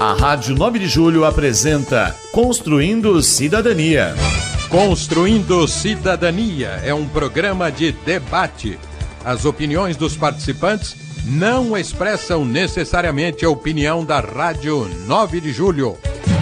A Rádio 9 de Julho apresenta Construindo Cidadania. Construindo Cidadania é um programa de debate. As opiniões dos participantes não expressam necessariamente a opinião da Rádio 9 de Julho.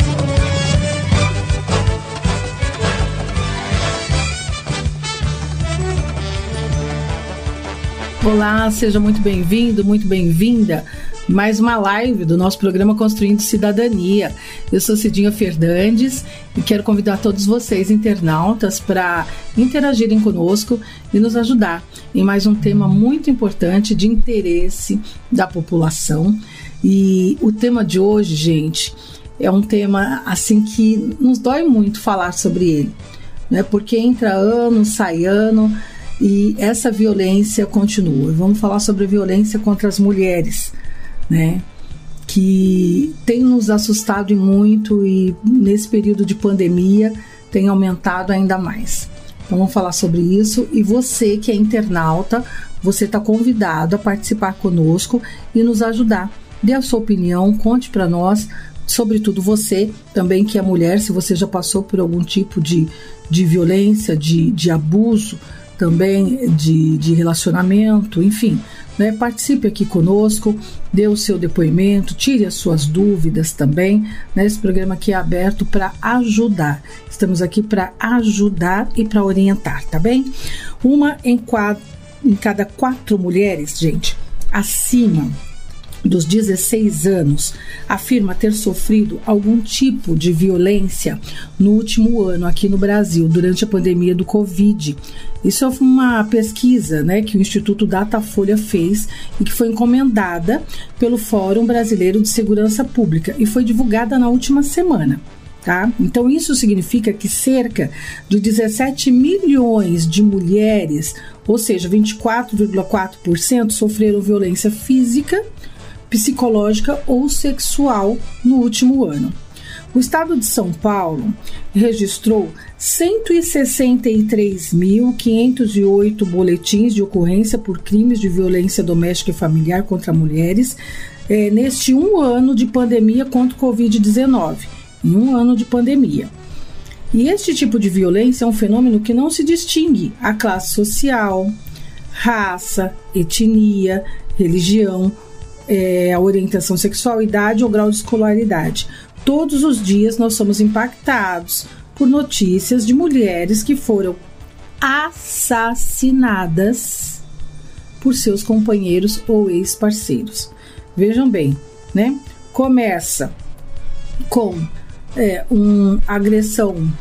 Olá, seja muito bem-vindo, muito bem-vinda. Mais uma live do nosso programa Construindo Cidadania. Eu sou Cidinha Fernandes e quero convidar todos vocês, internautas, para interagirem conosco e nos ajudar em mais um tema muito importante de interesse da população. E o tema de hoje, gente, é um tema assim que nos dói muito falar sobre ele, né? Porque entra ano, sai ano e essa violência continua. Vamos falar sobre a violência contra as mulheres, né, que tem nos assustado muito e nesse período de pandemia tem aumentado ainda mais. Então vamos falar sobre isso e você que é internauta, você está convidado a participar conosco e nos ajudar. Dê a sua opinião, conte para nós, sobretudo você também que é mulher, se você já passou por algum tipo de violência, de abuso, também de relacionamento, enfim, né? Participe aqui conosco, dê o seu depoimento, tire as suas dúvidas também, né? Esse programa aqui é aberto para ajudar, estamos aqui para ajudar e para orientar, tá bem? Uma em cada 4 mulheres, gente, acima dos 16 anos, afirma ter sofrido algum tipo de violência no último ano aqui no Brasil, durante a pandemia do Covid. Isso é uma pesquisa, né, que o Instituto Datafolha fez e que foi encomendada pelo Fórum Brasileiro de Segurança Pública e foi divulgada na última semana. Tá? Então isso significa que cerca de 17 milhões de mulheres, ou seja, 24,4%, sofreram violência física, psicológica ou sexual no último ano. O estado de São Paulo registrou 163.508 boletins de ocorrência por crimes de violência doméstica e familiar contra mulheres neste ano de pandemia contra o Covid-19, em um ano de pandemia. E este tipo de violência é um fenômeno que não se distingue a classe social, raça, etnia, religião, a orientação sexual, idade ou grau de escolaridade. Todos os dias nós somos impactados por notícias de mulheres que foram assassinadas por seus companheiros ou ex-parceiros. Vejam bem, né? Começa com uma agressão,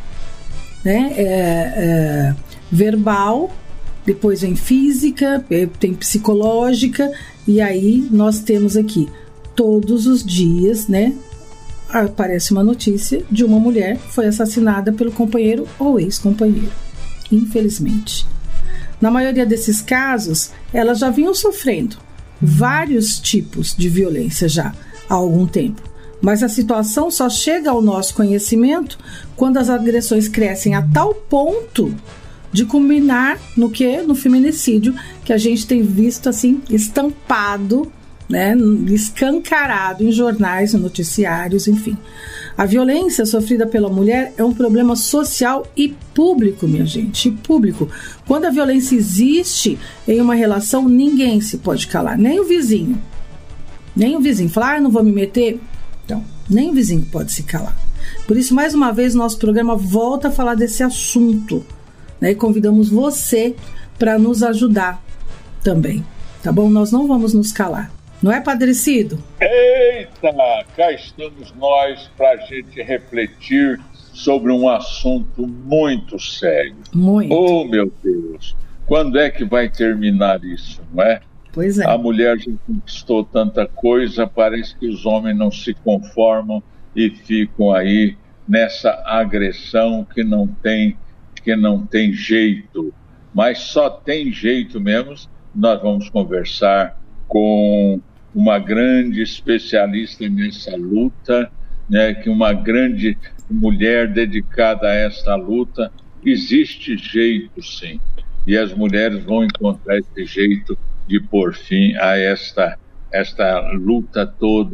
né? Verbal, depois vem física, tem psicológica, e aí nós temos aqui todos os dias, né? Aparece uma notícia de uma mulher que foi assassinada pelo companheiro ou ex-companheiro, infelizmente. Na maioria desses casos, elas já vinham sofrendo vários tipos de violência já há algum tempo, mas a situação só chega ao nosso conhecimento quando as agressões crescem a tal ponto de culminar no feminicídio, que a gente tem visto assim estampado, né, escancarado em jornais, em noticiários, enfim. A violência sofrida pela mulher é um problema social e público, minha gente, e público. Quando a violência existe em uma relação, ninguém se pode calar, nem o vizinho. Nem o vizinho falar, não vou me meter. Então, nem o vizinho pode se calar. Por isso, mais uma vez, nosso programa volta a falar desse assunto, né, e convidamos você para nos ajudar também, tá bom? Nós não vamos nos calar. Não é, Padre Cido? Eita, cá estamos nós para a gente refletir sobre um assunto muito sério. Muito. Oh, meu Deus, quando é que vai terminar isso, não é? Pois é. A mulher já conquistou tanta coisa, parece que os homens não se conformam e ficam aí nessa agressão que não tem jeito. Mas só tem jeito mesmo. Nós vamos conversar com uma grande especialista nessa luta, né, que uma grande mulher dedicada a essa luta. Existe jeito, sim, e as mulheres vão encontrar esse jeito de pôr fim a esta luta toda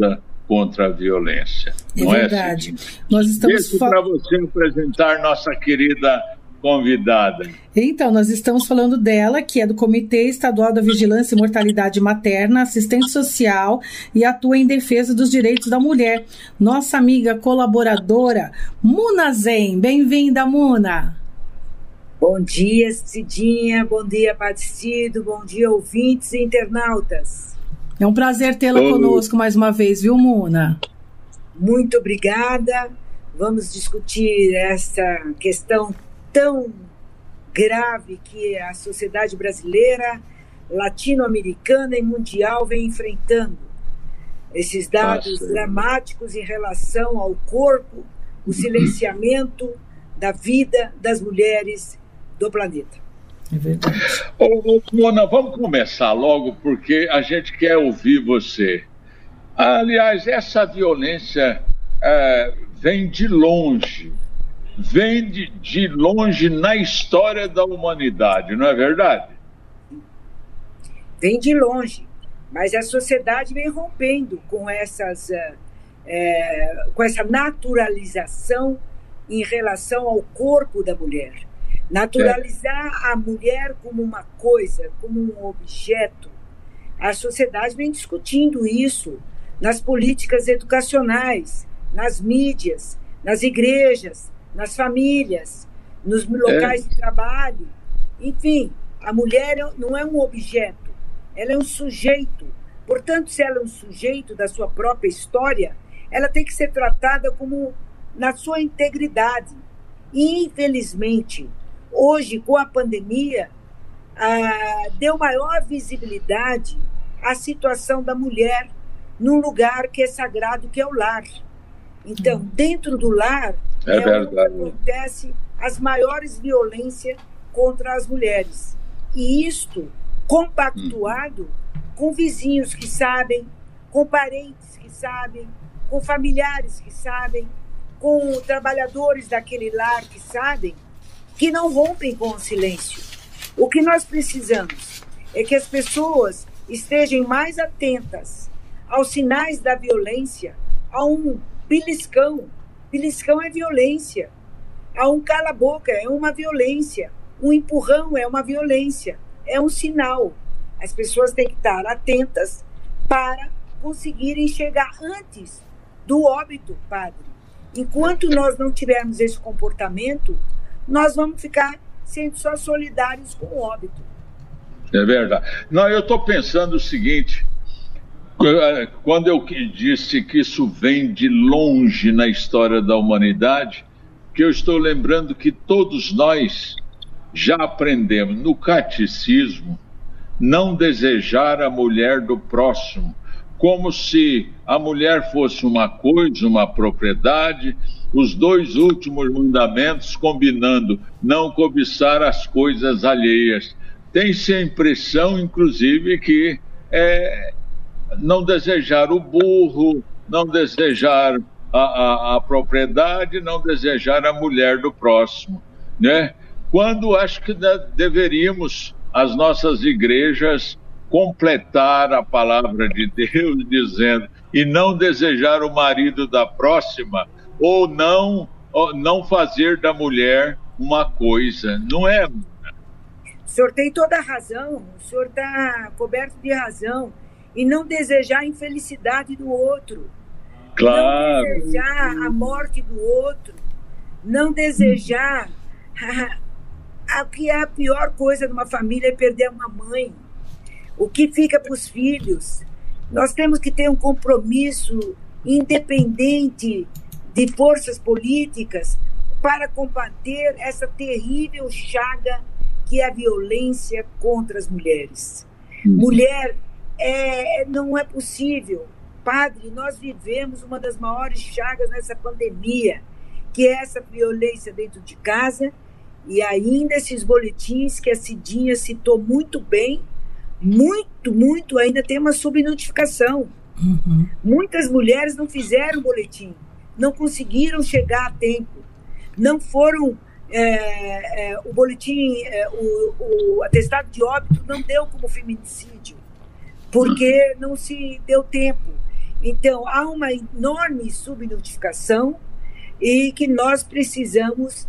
contra a violência. Não é verdade. Nós estamos para você apresentar nossa querida convidada. Então, nós estamos falando dela, que é do Comitê Estadual da Vigilância e Mortalidade Materna, assistente social e atua em defesa dos direitos da mulher. Nossa amiga colaboradora, Muna Zen. Bem-vinda, Muna. Bom dia, Cidinha. Bom dia, Padecido. Bom dia, ouvintes e internautas. É um prazer tê-la conosco mais uma vez, viu, Muna? Muito obrigada. Vamos discutir essa questão tão grave que a sociedade brasileira, latino-americana e mundial vem enfrentando. Esses dados dramáticos em relação ao corpo, o silenciamento da vida das mulheres do planeta. É verdade. Mona, vamos começar logo, porque a gente quer ouvir você. Aliás, essa violência vem de longe. Vem de longe na história da humanidade, não é verdade? Vem de longe, mas a sociedade vem rompendo com essa naturalização em relação ao corpo da mulher. Naturalizar a mulher como uma coisa, como um objeto. A sociedade vem discutindo isso nas políticas educacionais, nas mídias, nas igrejas, nas famílias, nos locais de trabalho. Enfim, a mulher não é um objeto, ela é um sujeito. Portanto, se ela é um sujeito da sua própria história, ela tem que ser tratada como na sua integridade. E, infelizmente, hoje, com a pandemia, deu maior visibilidade à situação da mulher num lugar que é sagrado, que é o lar. Então, dentro do lar, onde acontece as maiores violências contra as mulheres. E isto compactuado com vizinhos que sabem, com parentes que sabem, com familiares que sabem, com trabalhadores daquele lar que sabem, que não rompem com o silêncio. O que nós precisamos é que as pessoas estejam mais atentas aos sinais da violência, a um beliscão. Beliscão é violência. A um cala-boca é uma violência. Um empurrão é uma violência. É um sinal. As pessoas têm que estar atentas para conseguirem chegar antes do óbito, padre. Enquanto nós não tivermos esse comportamento, nós vamos ficar sendo só solidários com o óbito. É verdade. Não, eu estou pensando o seguinte, quando eu disse que isso vem de longe na história da humanidade, que eu estou lembrando que todos nós já aprendemos no catecismo não desejar a mulher do próximo, como se a mulher fosse uma coisa, uma propriedade, os dois últimos mandamentos combinando não cobiçar as coisas alheias. Tem-se a impressão, inclusive, que não desejar o burro, não desejar a propriedade, não desejar a mulher do próximo, né? Quando acho que deveríamos, as nossas igrejas, completar a palavra de Deus dizendo e não desejar o marido da próxima ou não fazer da mulher uma coisa, não é? O senhor tem toda a razão, o senhor está coberto de razão. E não desejar a infelicidade do outro. Claro. Não desejar a morte do outro. Não desejar... O que é a pior coisa de uma família é perder uma mãe. O que fica para os filhos? Nós temos que ter um compromisso independente de forças políticas para combater essa terrível chaga que é a violência contra as mulheres. Mulher... não é possível. Padre, nós vivemos uma das maiores chagas nessa pandemia, que é essa violência dentro de casa, e ainda esses boletins que a Cidinha citou muito bem, muito, ainda tem uma subnotificação. Muitas mulheres não fizeram boletim, não conseguiram chegar a tempo, não foram... o boletim, o atestado de óbito não deu como feminicídio, porque não se deu tempo. Então, há uma enorme subnotificação e que nós precisamos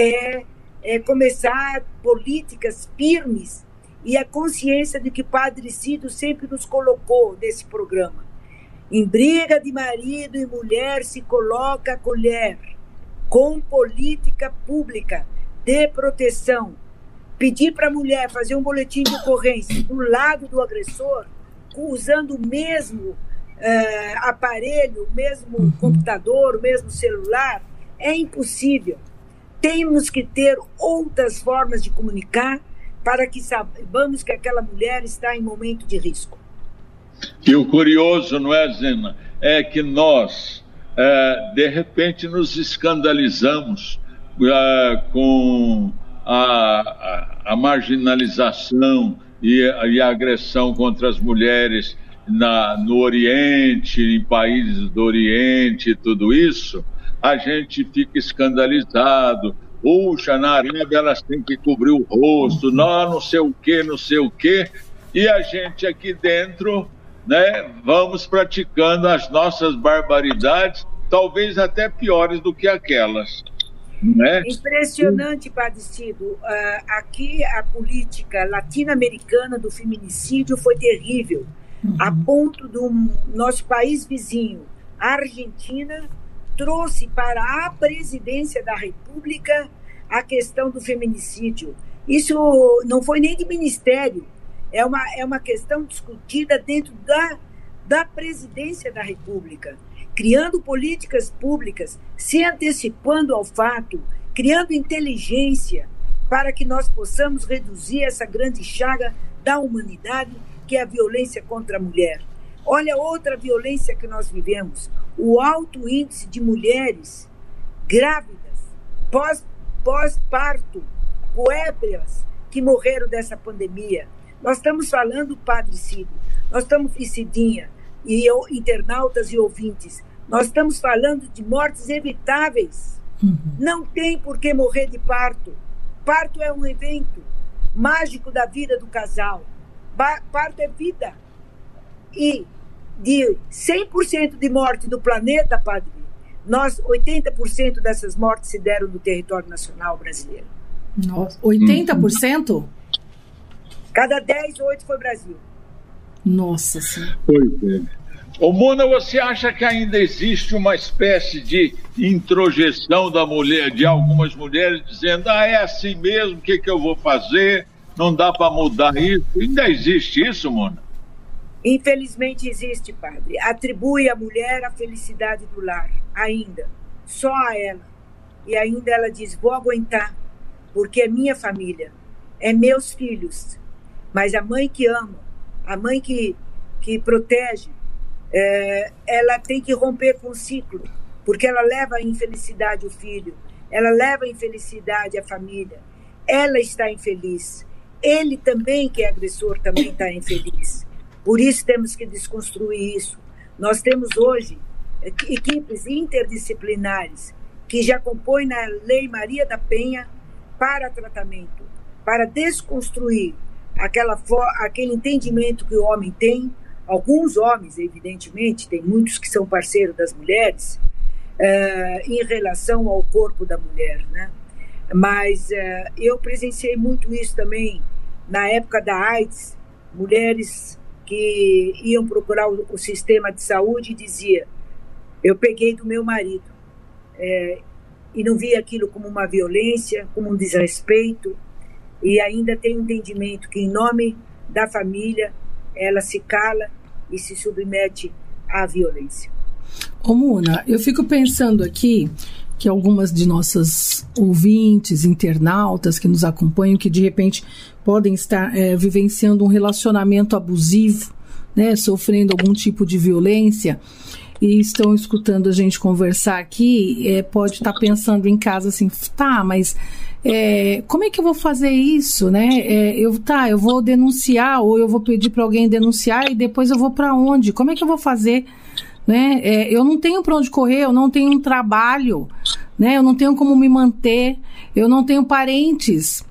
começar políticas firmes e a consciência de que o Padre Cido sempre nos colocou nesse programa. Em briga de marido e mulher se coloca a colher, com política pública de proteção. Pedir para a mulher fazer um boletim de ocorrência do lado do agressor, usando o mesmo aparelho, o mesmo computador, o mesmo celular, é impossível. Temos que ter outras formas de comunicar para que saibamos que aquela mulher está em momento de risco. E o curioso, não é, Zina? É que nós, de repente, nos escandalizamos com a marginalização e a agressão contra as mulheres no Oriente, em países do Oriente e tudo isso. A gente fica escandalizado. Puxa, na Arábia elas têm que cobrir o rosto, não sei o quê. E a gente aqui dentro, né, vamos praticando as nossas barbaridades, talvez até piores do que aquelas. Né? Impressionante, Padre Cido. Aqui a política latino-americana do feminicídio foi terrível, a ponto do nosso país vizinho, a Argentina, trouxe para a presidência da República a questão do feminicídio. Isso não foi nem de ministério, é uma questão discutida dentro da presidência da República, criando políticas públicas, se antecipando ao fato, criando inteligência para que nós possamos reduzir essa grande chaga da humanidade, que é a violência contra a mulher. Olha outra violência que nós vivemos, o alto índice de mulheres grávidas, pós-parto, puérperas, que morreram dessa pandemia. Nós estamos falando, Padre Cido, nós estamos, Cidinha, e internautas e ouvintes, nós estamos falando de mortes evitáveis. Não tem por que morrer de parto. Parto é um evento mágico da vida do casal. Parto é vida. E de 100% de morte do planeta, Padre, 80% dessas mortes se deram no território nacional brasileiro. Nossa, 80%? Cada 10, 8 foi Brasil. Nossa Senhora. Pois é. Ô, Mona, você acha que ainda existe uma espécie de introjeção da mulher, de algumas mulheres, dizendo, é assim mesmo, o que eu vou fazer? Não dá para mudar isso? Ainda existe isso, Mona? Infelizmente existe, Padre. Atribui à mulher a felicidade do lar, ainda. Só a ela. E ainda ela diz, vou aguentar, porque é minha família, é meus filhos. Mas a mãe que ama, a mãe que protege, ela tem que romper com o ciclo, porque ela leva a infelicidade o filho, ela leva a infelicidade a família, ela está infeliz. Ele também, que é agressor, também está infeliz. Por isso temos que desconstruir isso. Nós temos hoje equipes interdisciplinares que já compõem na Lei Maria da Penha para tratamento, para desconstruir aquele entendimento que o homem tem. Alguns homens, evidentemente, tem muitos que são parceiros das mulheres, em relação ao corpo da mulher, né? Mas eu presenciei muito isso também na época da AIDS, mulheres que iam procurar o sistema de saúde e dizia, eu peguei do meu marido, e não via aquilo como uma violência, como um desrespeito, e ainda tem um entendimento que em nome da família ela se cala e se submete à violência. Ô Mona, eu fico pensando aqui que algumas de nossas ouvintes, internautas que nos acompanham, que de repente podem estar vivenciando um relacionamento abusivo, né, sofrendo algum tipo de violência, e estão escutando a gente conversar aqui, pode estar pensando em casa assim, mas como é que eu vou fazer isso, né? Eu vou denunciar, ou eu vou pedir para alguém denunciar, e depois eu vou para onde? Como é que eu vou fazer? Né? Eu não tenho para onde correr, eu não tenho um trabalho, né? Eu não tenho como me manter, eu não tenho parentes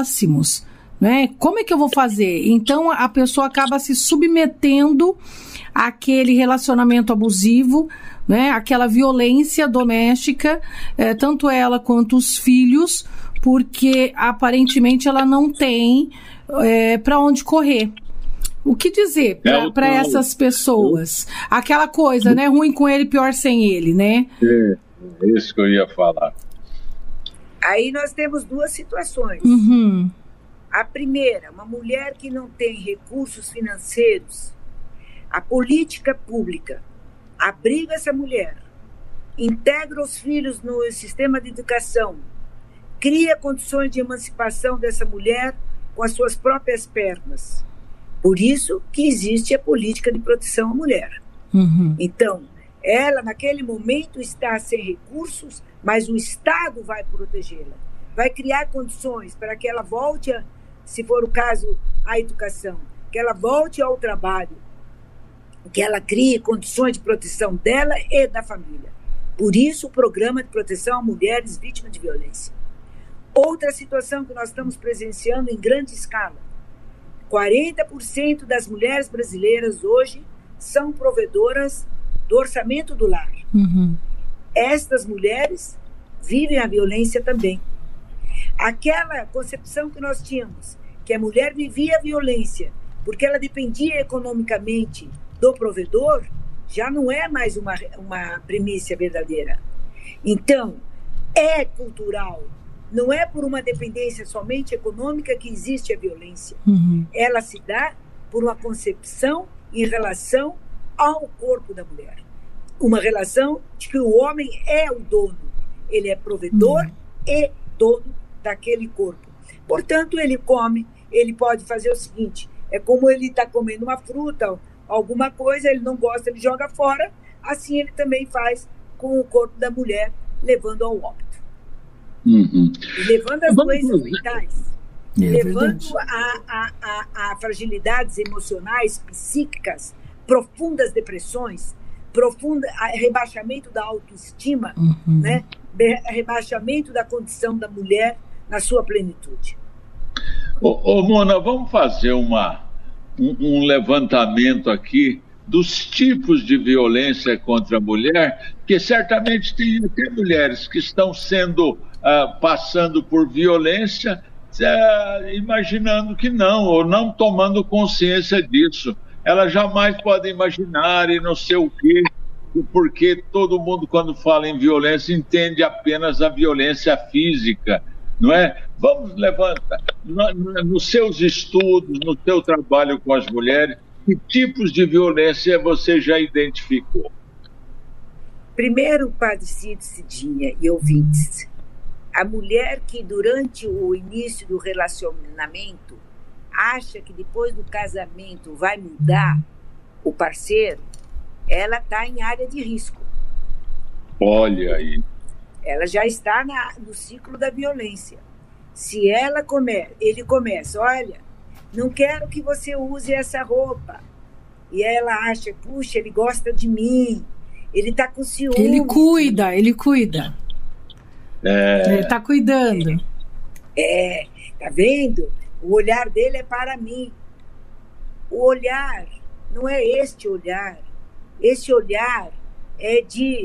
próximos, né? Como é que eu vou fazer? Então a pessoa acaba se submetendo aquele relacionamento abusivo, né, aquela violência doméstica, tanto ela quanto os filhos, porque aparentemente ela não tem para onde correr. O que dizer para essas pessoas? Aquela coisa, né, ruim com ele, pior sem ele, né? É isso que eu ia falar. Aí nós temos duas situações. Uhum. A primeira, uma mulher que não tem recursos financeiros, a política pública abriga essa mulher, integra os filhos no sistema de educação, cria condições de emancipação dessa mulher com as suas próprias pernas. Por isso que existe a política de proteção à mulher. Uhum. Então, ela naquele momento está sem recursos, mas o Estado vai protegê-la, vai criar condições para que ela volte, se for o caso, à educação, que ela volte ao trabalho, que ela crie condições de proteção dela e da família. Por isso, o programa de proteção a mulheres vítimas de violência. Outra situação que nós estamos presenciando em grande escala: 40% das mulheres brasileiras hoje são provedoras do orçamento do lar. Uhum. Estas mulheres vivem a violência também. Aquela concepção que nós tínhamos, que a mulher vivia a violência porque ela dependia economicamente do provedor, já não é mais uma premissa verdadeira. Então, é cultural. Não é por uma dependência somente econômica que existe a violência. Uhum. Ela se dá por uma concepção em relação ao corpo da mulher. Uma relação de que o homem é o dono. Ele é provedor e dono daquele corpo. Portanto, ele come, ele pode fazer o seguinte, é como ele está comendo uma fruta, alguma coisa, ele não gosta, ele joga fora, assim ele também faz com o corpo da mulher, levando ao óbito. Uhum. Levando as doenças mentais, levando verdade. a fragilidades emocionais, psíquicas, profundas depressões, rebaixamento da autoestima, Uhum. né? Rebaixamento da condição da mulher na sua plenitude. Mona, vamos fazer um levantamento aqui dos tipos de violência contra a mulher, que certamente tem até mulheres que estão passando por violência, imaginando que não, ou não tomando consciência disso. Elas jamais podem imaginar e não sei o quê, porque todo mundo, quando fala em violência, entende apenas a violência física, não é? Vamos levantar, nos seus estudos, no seu trabalho com as mulheres, que tipos de violência você já identificou? Primeiro, Padre Cidinha e ouvintes, a mulher que durante o início do relacionamento acha que depois do casamento vai mudar o parceiro, ela está em área de risco. Olha aí. Ela já está no ciclo da violência. Se ele começa, olha, não quero que você use essa roupa. E ela acha, puxa, ele gosta de mim, ele está com ciúme. Ele cuida. Ele está cuidando. Tá vendo? O olhar dele é para mim. O olhar não é este olhar. Esse olhar é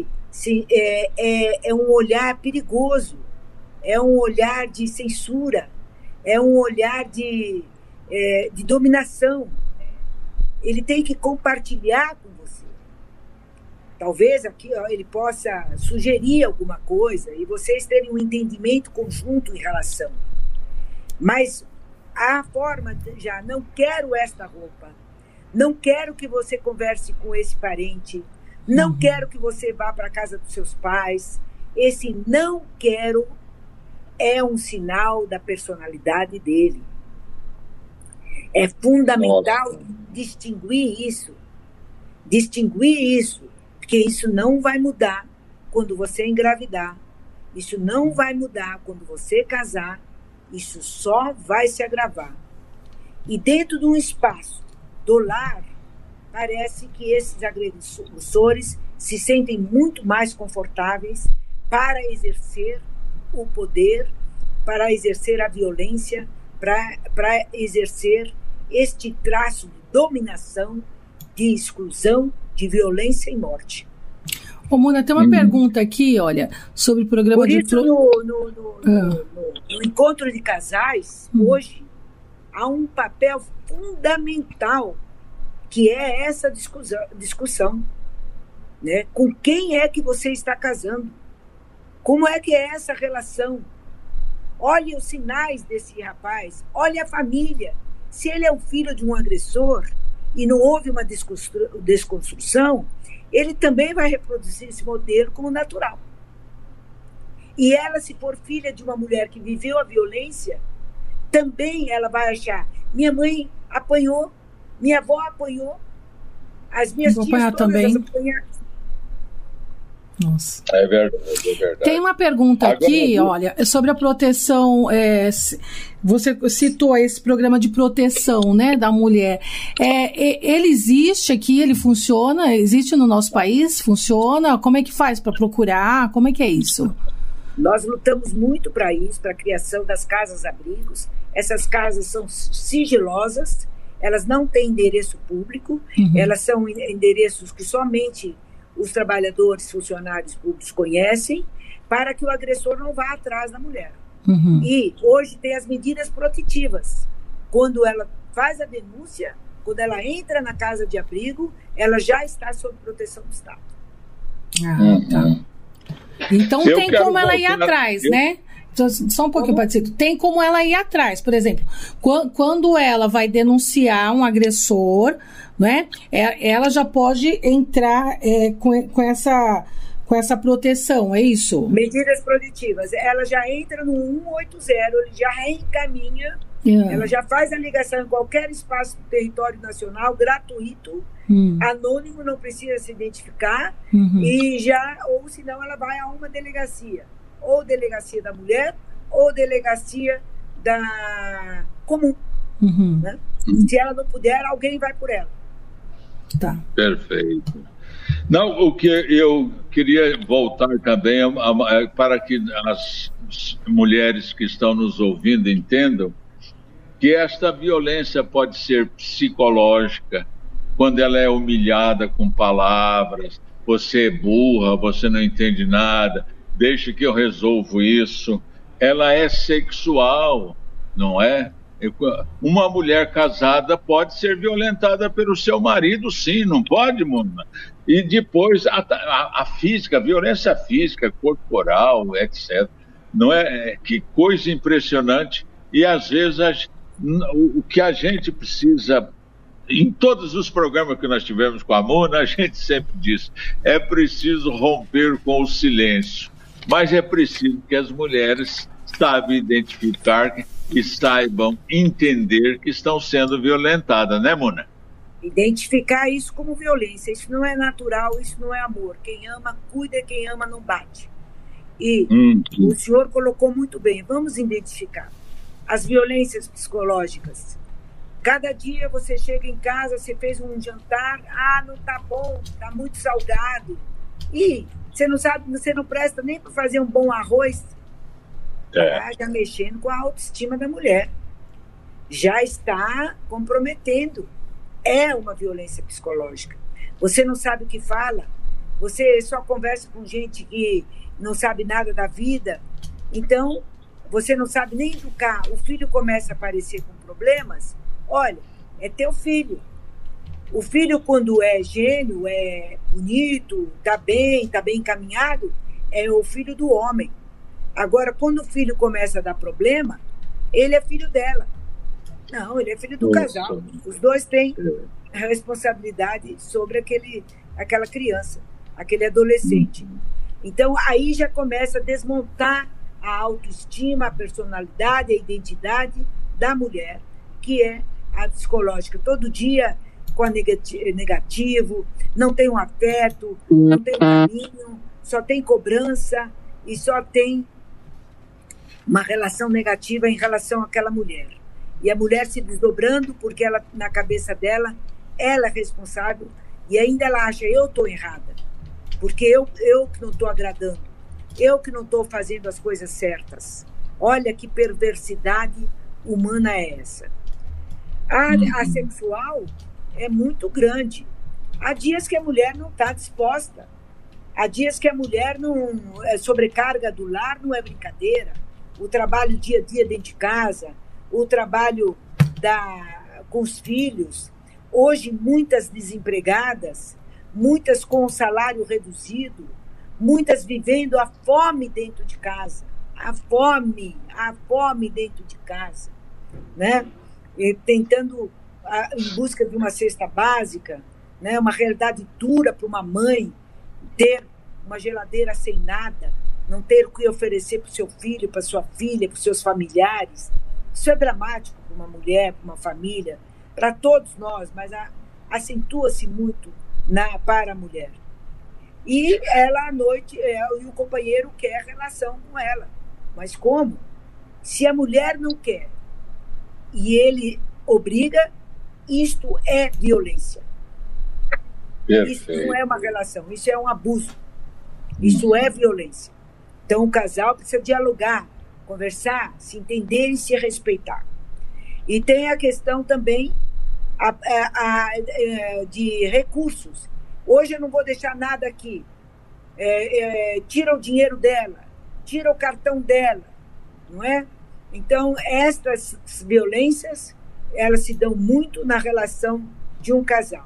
um olhar perigoso. É um olhar de censura. É um olhar de dominação. Ele tem que compartilhar com você. Talvez aqui ele possa sugerir alguma coisa e vocês terem um entendimento conjunto em relação. Mas a forma já, não quero esta roupa, não quero que você converse com esse parente, não quero que você vá para a casa dos seus pais. Esse não quero é um sinal da personalidade dele. É fundamental distinguir isso, porque isso não vai mudar quando você engravidar, isso não vai mudar quando você casar, isso só vai se agravar. E dentro de um espaço do lar, parece que esses agressores se sentem muito mais confortáveis para exercer o poder, para exercer a violência, para exercer este traço de dominação de exclusão, de violência e morte. Ô, Muna, tem uma pergunta aqui, olha, sobre o programa de... Por isso, no encontro de casais, hoje, há um papel fundamental, que é essa discussão, né? Com quem é que você está casando? Como é que é essa relação? Olhe os sinais desse rapaz, olhe a família. Se ele é o filho de um agressor e não houve uma desconstrução, ele também vai reproduzir esse modelo como natural. E ela, se for filha de uma mulher que viveu a violência, também ela vai achar, minha mãe apanhou, minha avó apanhou, as minhas tias todas também apanharam. Nossa. É verdade. Tem uma pergunta aqui, olha, sobre a proteção. Você citou esse programa de proteção, né, da mulher. Ele existe aqui, ele funciona? Existe no nosso país? Funciona? Como é que faz para procurar? Como é que é isso? Nós lutamos muito para isso, para a criação das casas-abrigos. Essas casas são sigilosas, elas não têm endereço público, elas são endereços que somente os trabalhadores, funcionários públicos conhecem, para que o agressor não vá atrás da mulher. E hoje tem as medidas protetivas. Quando ela faz a denúncia, quando ela entra na casa de abrigo, ela já está sob proteção do Estado. Tá. Então tem como ela ir atrás, né? Só um pouquinho, Patrícia. Tem como ela ir atrás. Por exemplo, quando ela vai denunciar um agressor, né, ela já pode entrar com essa proteção, é isso? Medidas protetivas. Ela já entra no 180, ele já reencaminha, ela já faz a ligação em qualquer espaço do território nacional, gratuito, anônimo, não precisa se identificar, ou senão ela vai a uma delegacia. Ou delegacia da mulher, ou delegacia da comum. Né? Se ela não puder, alguém vai por ela. Tá. Perfeito. Não, o que eu queria voltar também para que as mulheres que estão nos ouvindo entendam que esta violência pode ser psicológica, quando ela é humilhada com palavras, você é burra, você não entende nada, deixe que eu resolvo isso. Ela é sexual, não é? Uma mulher casada pode ser violentada pelo seu marido, sim, não pode, Mona? E depois a física, a violência física, corporal, etc. Não é? Que coisa impressionante. E às vezes o que a gente precisa, em todos os programas que nós tivemos com a Mona, a gente sempre diz, é preciso romper com o silêncio. Mas é preciso que as mulheres saibam identificar e saibam entender que estão sendo violentadas, né, Mona? Identificar isso como violência. Isso não é natural, isso não é amor. Quem ama, cuida, quem ama, não bate. E o senhor colocou muito bem. Vamos identificar as violências psicológicas. Cada dia você chega em casa, você fez um jantar, não tá bom, tá muito salgado. E você não sabe, você não presta nem para fazer um bom arroz. Já mexendo com a autoestima da mulher. Já está comprometendo. É uma violência psicológica. Você não sabe o que fala, você só conversa com gente que não sabe nada da vida, então você não sabe nem educar. O filho começa a aparecer com problemas. Olha, é teu filho. O filho, quando é gênio, é bonito, tá bem encaminhado, é o filho do homem. Agora, quando o filho começa a dar problema, ele é filho dela. Não, ele é filho do casal. Os dois têm responsabilidade sobre aquela criança, aquele adolescente. Então, aí já começa a desmontar a autoestima, a personalidade, a identidade da mulher, que é a psicológica. Todo dia com a negativo, não tem um afeto, não tem um carinho, só tem cobrança e só tem uma relação negativa em relação àquela mulher. E a mulher se desdobrando porque ela, na cabeça dela, ela é responsável e ainda ela acha, eu estou errada, porque eu que não estou agradando, eu que não estou fazendo as coisas certas. Olha que perversidade humana é essa. A sexual é muito grande. Há dias que a mulher não está disposta. Há dias que a mulher não... sobrecarga do lar não é brincadeira. O trabalho dia a dia dentro de casa, o trabalho com os filhos. Hoje, muitas desempregadas, muitas com o salário reduzido, muitas vivendo a fome dentro de casa. A fome dentro de casa, né? E tentando, em busca de uma cesta básica, né? Uma realidade dura para uma mãe ter uma geladeira sem nada, não ter o que oferecer para o seu filho, para sua filha, para os seus familiares. Isso é dramático para uma mulher, para uma família, para todos nós, mas acentua-se muito para a mulher. E ela, à noite, e o companheiro quer relação com ela. Mas como? Se a mulher não quer e ele obriga, isto é violência. Perfeito. Isso não é uma relação, isso é um abuso. Isso é violência. Então, o casal precisa dialogar, conversar, se entender e se respeitar. E tem a questão também de recursos. Hoje eu não vou deixar nada aqui. Tira o dinheiro dela, tira o cartão dela, não é? Então, estas violências, elas se dão muito na relação de um casal.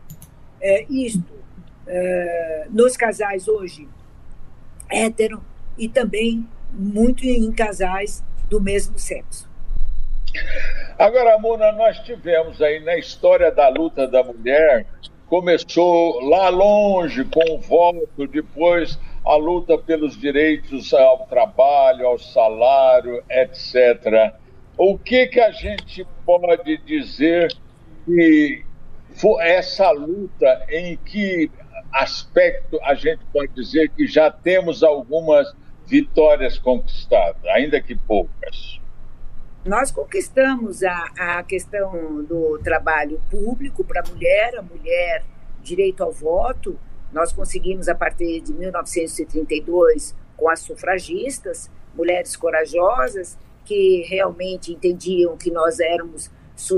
Nos casais hoje, hétero, e também muito em casais do mesmo sexo. Agora, Mona, nós tivemos aí na história da luta da mulher, começou lá longe com o voto, depois a luta pelos direitos ao trabalho, ao salário, etc. O que a gente pode dizer que essa luta, em que aspecto a gente pode dizer que já temos algumas vitórias conquistadas, ainda que poucas? Nós conquistamos a questão do trabalho público para a mulher, direito ao voto. Nós conseguimos, a partir de 1932, com as sufragistas, mulheres corajosas, que realmente entendiam que nós éramos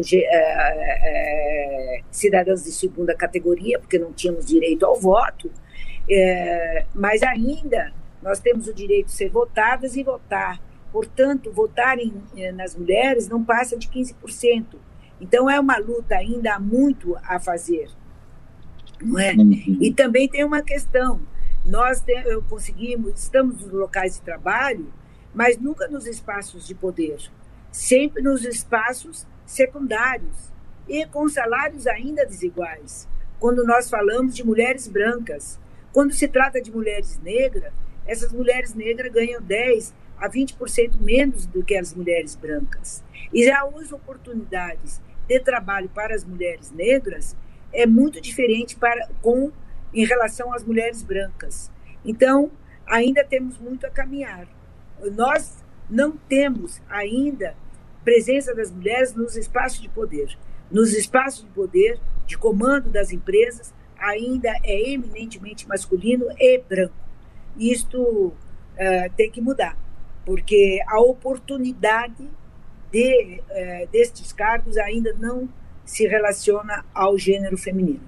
cidadãs de segunda categoria, porque não tínhamos direito ao voto, mas ainda nós temos o direito de ser votadas e votar. Portanto, votar nas mulheres não passa de 15%. Então, é uma luta ainda há muito a fazer, não é? E também tem uma questão. Nós estamos nos locais de trabalho, mas nunca nos espaços de poder. Sempre nos espaços secundários e com salários ainda desiguais. Quando nós falamos de mulheres brancas, quando se trata de mulheres negras, essas mulheres negras ganham 10% a 20% menos do que as mulheres brancas. E já as oportunidades de trabalho para as mulheres negras é muito diferente em relação às mulheres brancas. Então, ainda temos muito a caminhar. Nós não temos ainda presença das mulheres nos espaços de poder. Nos espaços de poder, de comando das empresas, ainda é eminentemente masculino e branco. Isto tem que mudar, porque a oportunidade destes cargos ainda não se relaciona ao gênero feminino.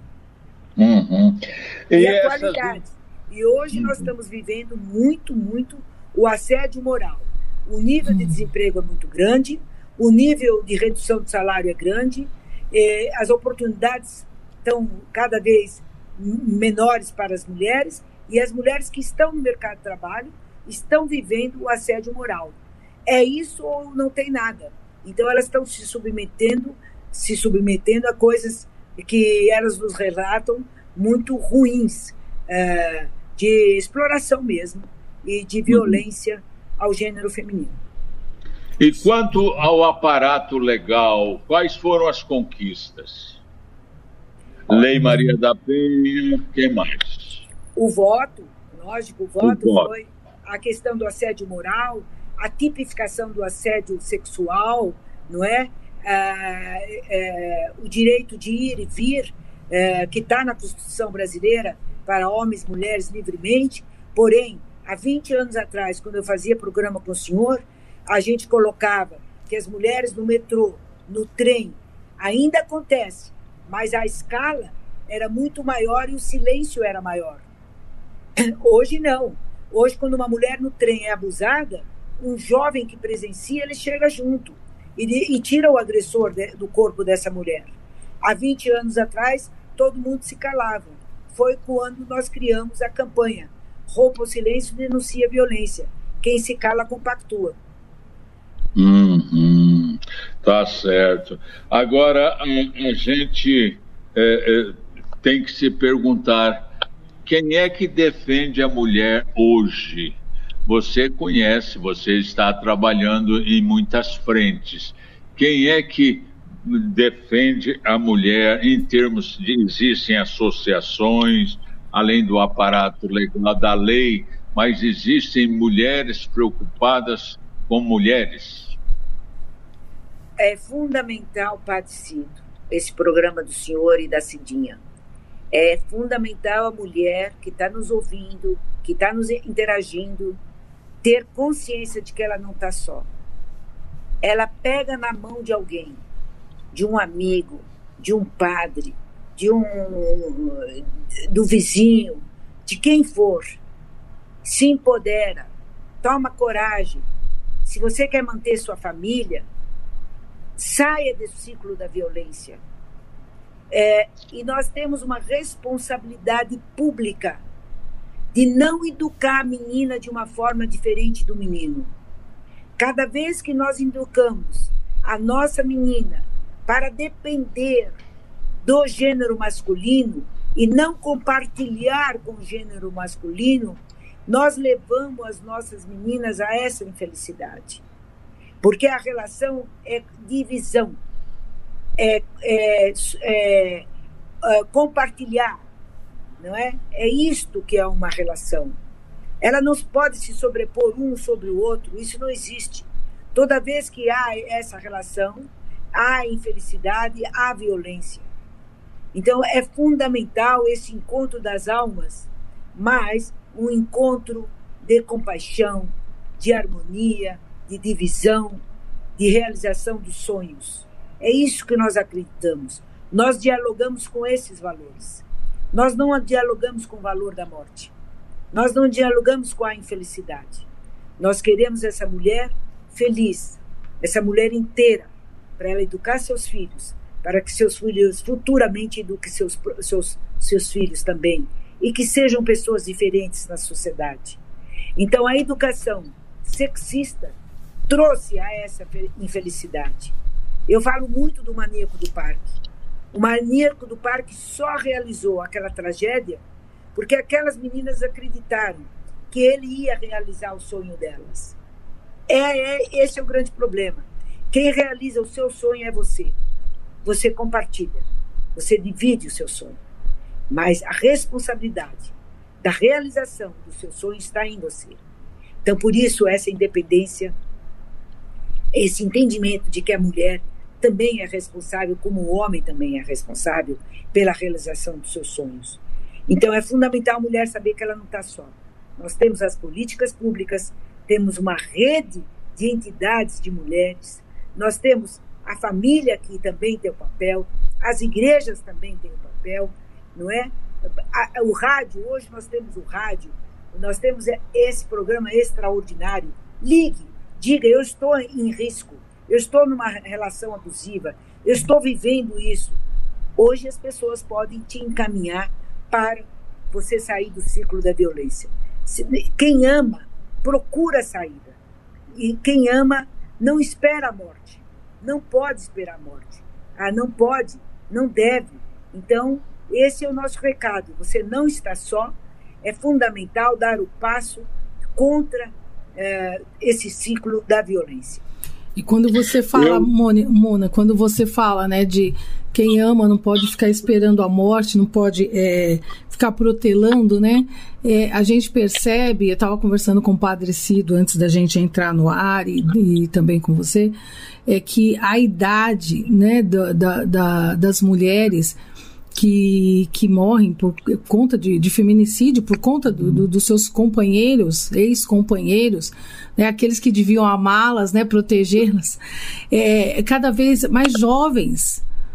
E a qualidade. E hoje nós estamos vivendo muito o assédio moral. O nível de desemprego é muito grande, o nível de redução de salário é grande, as oportunidades estão cada vez menores para as mulheres, e as mulheres que estão no mercado de trabalho estão vivendo o assédio moral. É isso ou não tem nada. Então, elas estão se submetendo a coisas que elas nos relatam muito ruins, de exploração mesmo, e de violência ao gênero feminino. E quanto ao aparato legal, quais foram as conquistas? Lei Maria da Penha, quem mais? O voto, lógico, o voto foi a questão do assédio moral, a tipificação do assédio sexual, não é? O direito de ir e vir, que está na Constituição brasileira para homens e mulheres livremente. Porém, há 20 anos atrás, quando eu fazia programa com o senhor, a gente colocava que as mulheres no metrô, no trem, ainda acontece, mas a escala era muito maior e o silêncio era maior. Hoje não. Hoje, quando uma mulher no trem é abusada, um jovem que presencia, ele chega junto e tira o agressor do corpo dessa mulher. Há 20 anos atrás, todo mundo se calava. Foi quando nós criamos a campanha Rompa o Silêncio, Denuncia a Violência. Quem se cala, compactua. Tá certo. Agora, a gente tem que se perguntar, quem é que defende a mulher hoje? Você conhece, você está trabalhando em muitas frentes. Quem é que defende a mulher em termos de... Existem associações, além do aparato legal da lei, mas existem mulheres preocupadas com mulheres? É fundamental, Padre Cido, esse programa do senhor e da Cidinha. É fundamental a mulher que está nos ouvindo, que está nos interagindo, ter consciência de que ela não está só. Ela pega na mão de alguém, de um amigo, de um padre, do vizinho, de quem for, se empodera, toma coragem. Se você quer manter sua família, saia desse ciclo da violência. E nós temos uma responsabilidade pública de não educar a menina de uma forma diferente do menino. Cada vez que nós educamos a nossa menina para depender do gênero masculino e não compartilhar com o gênero masculino, nós levamos as nossas meninas a essa infelicidade. Porque a relação é divisão, compartilhar, não é? É isto que é uma relação. Ela não pode se sobrepor um sobre o outro, isso não existe. Toda vez que há essa relação, há infelicidade, há violência. Então é fundamental esse encontro das almas, mas um encontro de compaixão, de harmonia, de divisão, de realização dos sonhos. É isso que nós acreditamos. Nós dialogamos com esses valores. Nós não dialogamos com o valor da morte. Nós não dialogamos com a infelicidade. Nós queremos essa mulher feliz, essa mulher inteira, para ela educar seus filhos, para que seus filhos futuramente eduquem seus filhos também, e que sejam pessoas diferentes na sociedade. Então, a educação sexista trouxe a essa infelicidade. Eu falo muito do maníaco do parque. O maníaco do parque só realizou aquela tragédia porque aquelas meninas acreditaram que ele ia realizar o sonho delas. Esse é o grande problema. Quem realiza o seu sonho é você. Você compartilha, você divide o seu sonho. Mas a responsabilidade da realização do seu sonho está em você. Então, por isso, essa independência, esse entendimento de que a mulher também é responsável, como o homem também é responsável pela realização dos seus sonhos. Então, é fundamental a mulher saber que ela não está só. Nós temos as políticas públicas, temos uma rede de entidades de mulheres, nós temos a família que também tem o papel, as igrejas também têm o papel, não é? O rádio, hoje nós temos o rádio, nós temos esse programa extraordinário. Ligue, diga, eu estou em risco, eu estou numa relação abusiva, eu estou vivendo isso. Hoje as pessoas podem te encaminhar para você sair do ciclo da violência. Quem ama, procura a saída. E quem ama, não espera a morte. Não pode esperar a morte. Não pode, não deve. Então, esse é o nosso recado. Você não está só. É fundamental dar o passo contra esse ciclo da violência. E quando você fala, Mona, quando você fala, né, de quem ama não pode ficar esperando a morte, não pode ficar protelando, né? A gente percebe, eu estava conversando com o Padre Cido antes da gente entrar no ar e também com você, que a idade, né, das mulheres que morrem por conta de feminicídio, por conta dos seus companheiros, ex-companheiros, né, aqueles que deviam amá-las, né, protegê-las, cada vez mais jovens,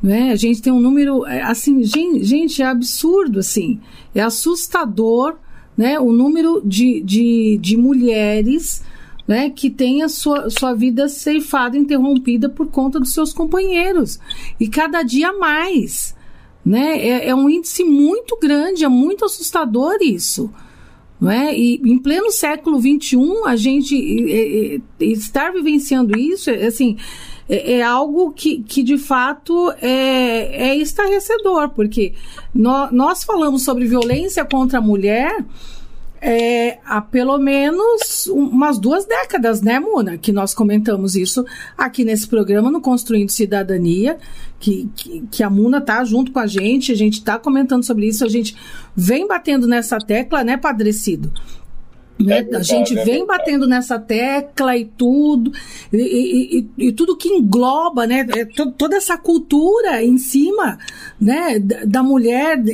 né? A gente tem um número, assim, gente, é absurdo, assim, é assustador, né? O número de mulheres, né, que tem a sua vida ceifada, interrompida por conta dos seus companheiros, e cada dia mais, né? É um índice muito grande, é muito assustador isso, não é? E em pleno século XXI, a gente estar vivenciando isso, assim, é algo que de fato é estarrecedor, porque nós falamos sobre violência contra a mulher há pelo menos umas 2 décadas, né, Muna? Que nós comentamos isso aqui nesse programa, no Construindo Cidadania, que a Muna tá junto com a gente tá comentando sobre isso, a gente vem batendo nessa tecla, né, Padrecido? Né? A gente vem batendo nessa tecla e tudo, e tudo que engloba, né, toda essa cultura em cima, né, da mulher,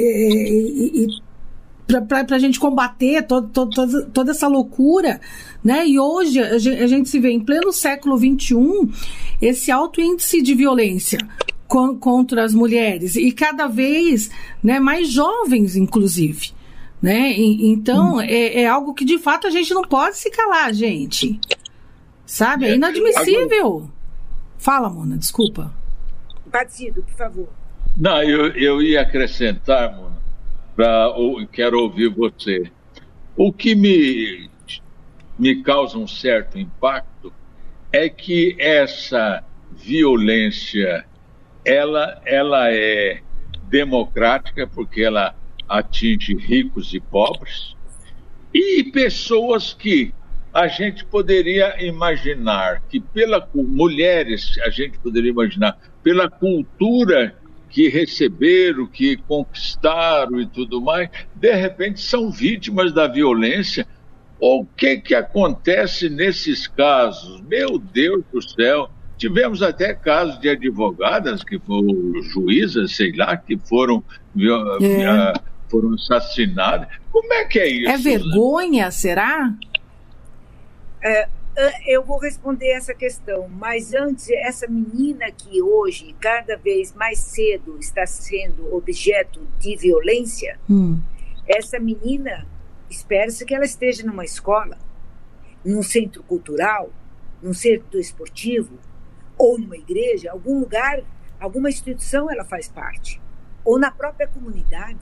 para a gente combater toda essa loucura, né? E hoje a gente se vê em pleno século XXI esse alto índice de violência contra as mulheres, e cada vez, né, mais jovens, inclusive, né? Então é algo que de fato a gente não pode se calar, gente, sabe? É inadmissível. Fala, Mona, desculpa. Padrecido, por favor. Não, eu ia acrescentar, Mona, quero ouvir você. O que me causa um certo impacto é que essa violência ela é democrática, porque ela atinge ricos e pobres, e pessoas que a gente poderia imaginar que mulheres, a gente poderia imaginar pela cultura que receberam, que conquistaram e tudo mais, de repente são vítimas da violência. O que acontece nesses casos? Meu Deus do céu! Tivemos até casos de advogadas, que foram juízas, sei lá, que foram assassinadas. Como é que é isso? É vergonha, será? Eu vou responder essa questão, mas antes, essa menina que hoje, cada vez mais cedo, está sendo objeto de violência, essa menina, espera-se que ela esteja numa escola, num centro cultural, num centro esportivo, ou numa igreja, algum lugar, alguma instituição ela faz parte, ou na própria comunidade.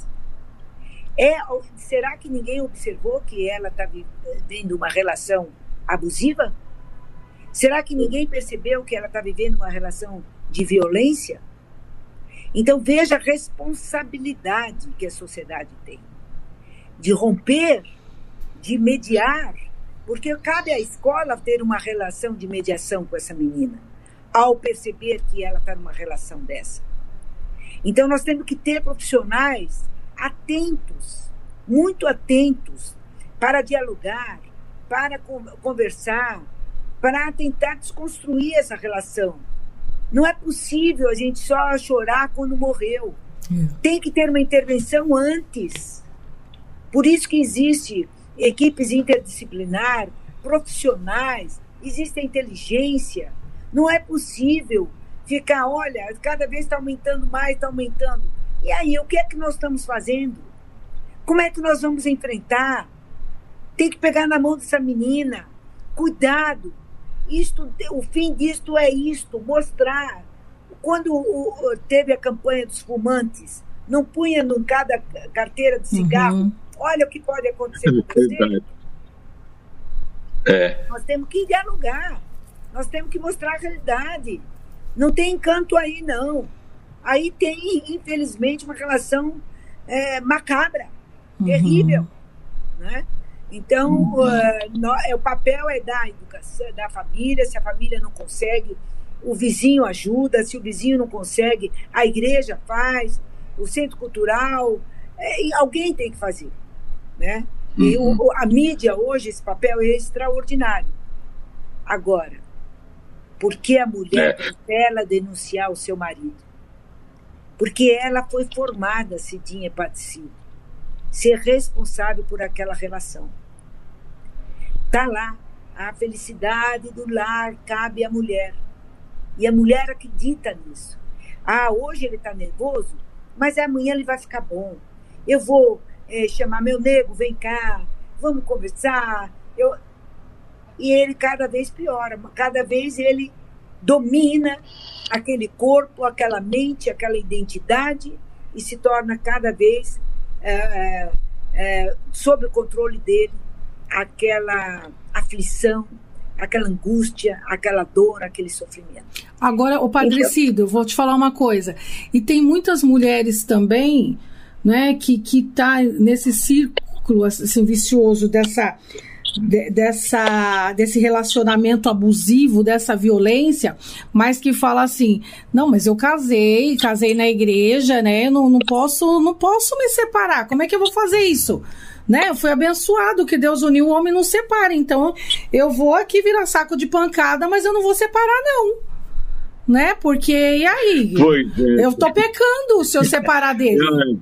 Será que ninguém observou que ela está vivendo uma relação abusiva? Será que ninguém percebeu que ela está vivendo uma relação de violência? Então veja a responsabilidade que a sociedade tem de romper, de mediar, porque cabe à escola ter uma relação de mediação com essa menina, ao perceber que ela está numa relação dessa. Então nós temos que ter profissionais atentos, muito atentos, para dialogar, para conversar, para tentar desconstruir essa relação. Não é possível a gente só chorar quando morreu. Tem que ter uma intervenção antes. Por isso que existe equipes interdisciplinar, profissionais, existe a inteligência. Não é possível ficar, olha, cada vez está aumentando mais, está aumentando. E aí, o que é que nós estamos fazendo? Como é que nós vamos enfrentar? Tem que pegar na mão dessa menina. Cuidado. O fim disto é isto, mostrar. Quando teve a campanha dos fumantes, não punha em cada carteira de cigarro, olha o que pode acontecer com você. Nós temos que dialogar, nós temos que mostrar a realidade. Não tem encanto aí, não. Aí tem, infelizmente, uma relação macabra, terrível, né? Então, o papel é da educação, da família. Se a família não consegue, o vizinho ajuda. Se o vizinho não consegue, a igreja faz, o centro cultural, alguém tem que fazer, né? E a mídia hoje, esse papel é extraordinário. Agora, por que a mulher ela denunciar o seu marido? Porque ela foi formada, Cidinha Padrecido, ser responsável por aquela relação. Está lá, a felicidade do lar cabe à mulher. E a mulher acredita nisso. Hoje ele está nervoso, mas amanhã ele vai ficar bom. Eu vou chamar meu nego, vem cá, vamos conversar. E ele cada vez piora, cada vez ele domina aquele corpo, aquela mente, aquela identidade e se torna cada vez sob o controle dele aquela aflição, aquela angústia, aquela dor, aquele sofrimento. Agora, o Padre Cido, eu vou te falar uma coisa. E tem muitas mulheres também, né, que tá nesse círculo assim, vicioso desse relacionamento abusivo, dessa violência, mas que fala assim, não, mas eu casei na igreja, né, eu não posso me separar, como é que eu vou fazer isso? Né? Eu fui abençoado que Deus uniu o homem e não separa, então eu vou aqui virar saco de pancada, mas eu não vou separar não, né? Porque, e aí? Eu tô pecando se eu separar dele.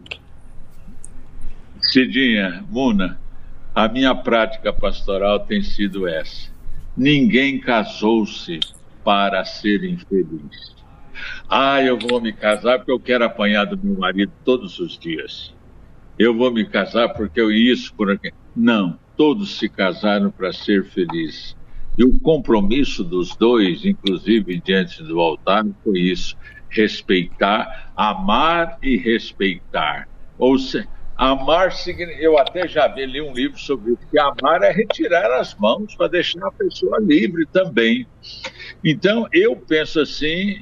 Cidinha, Muna, a minha prática pastoral tem sido essa. Ninguém casou-se para ser infeliz. Eu vou me casar porque eu quero apanhar do meu marido todos os dias. Eu vou me casar porque por aqui. Não, todos se casaram para ser felizes. E o compromisso dos dois, inclusive diante do altar, foi isso: respeitar, amar e respeitar. Ou seja, amar significa. Eu até já li um livro sobre isso, que amar é retirar as mãos para deixar a pessoa livre também. Então, eu penso assim,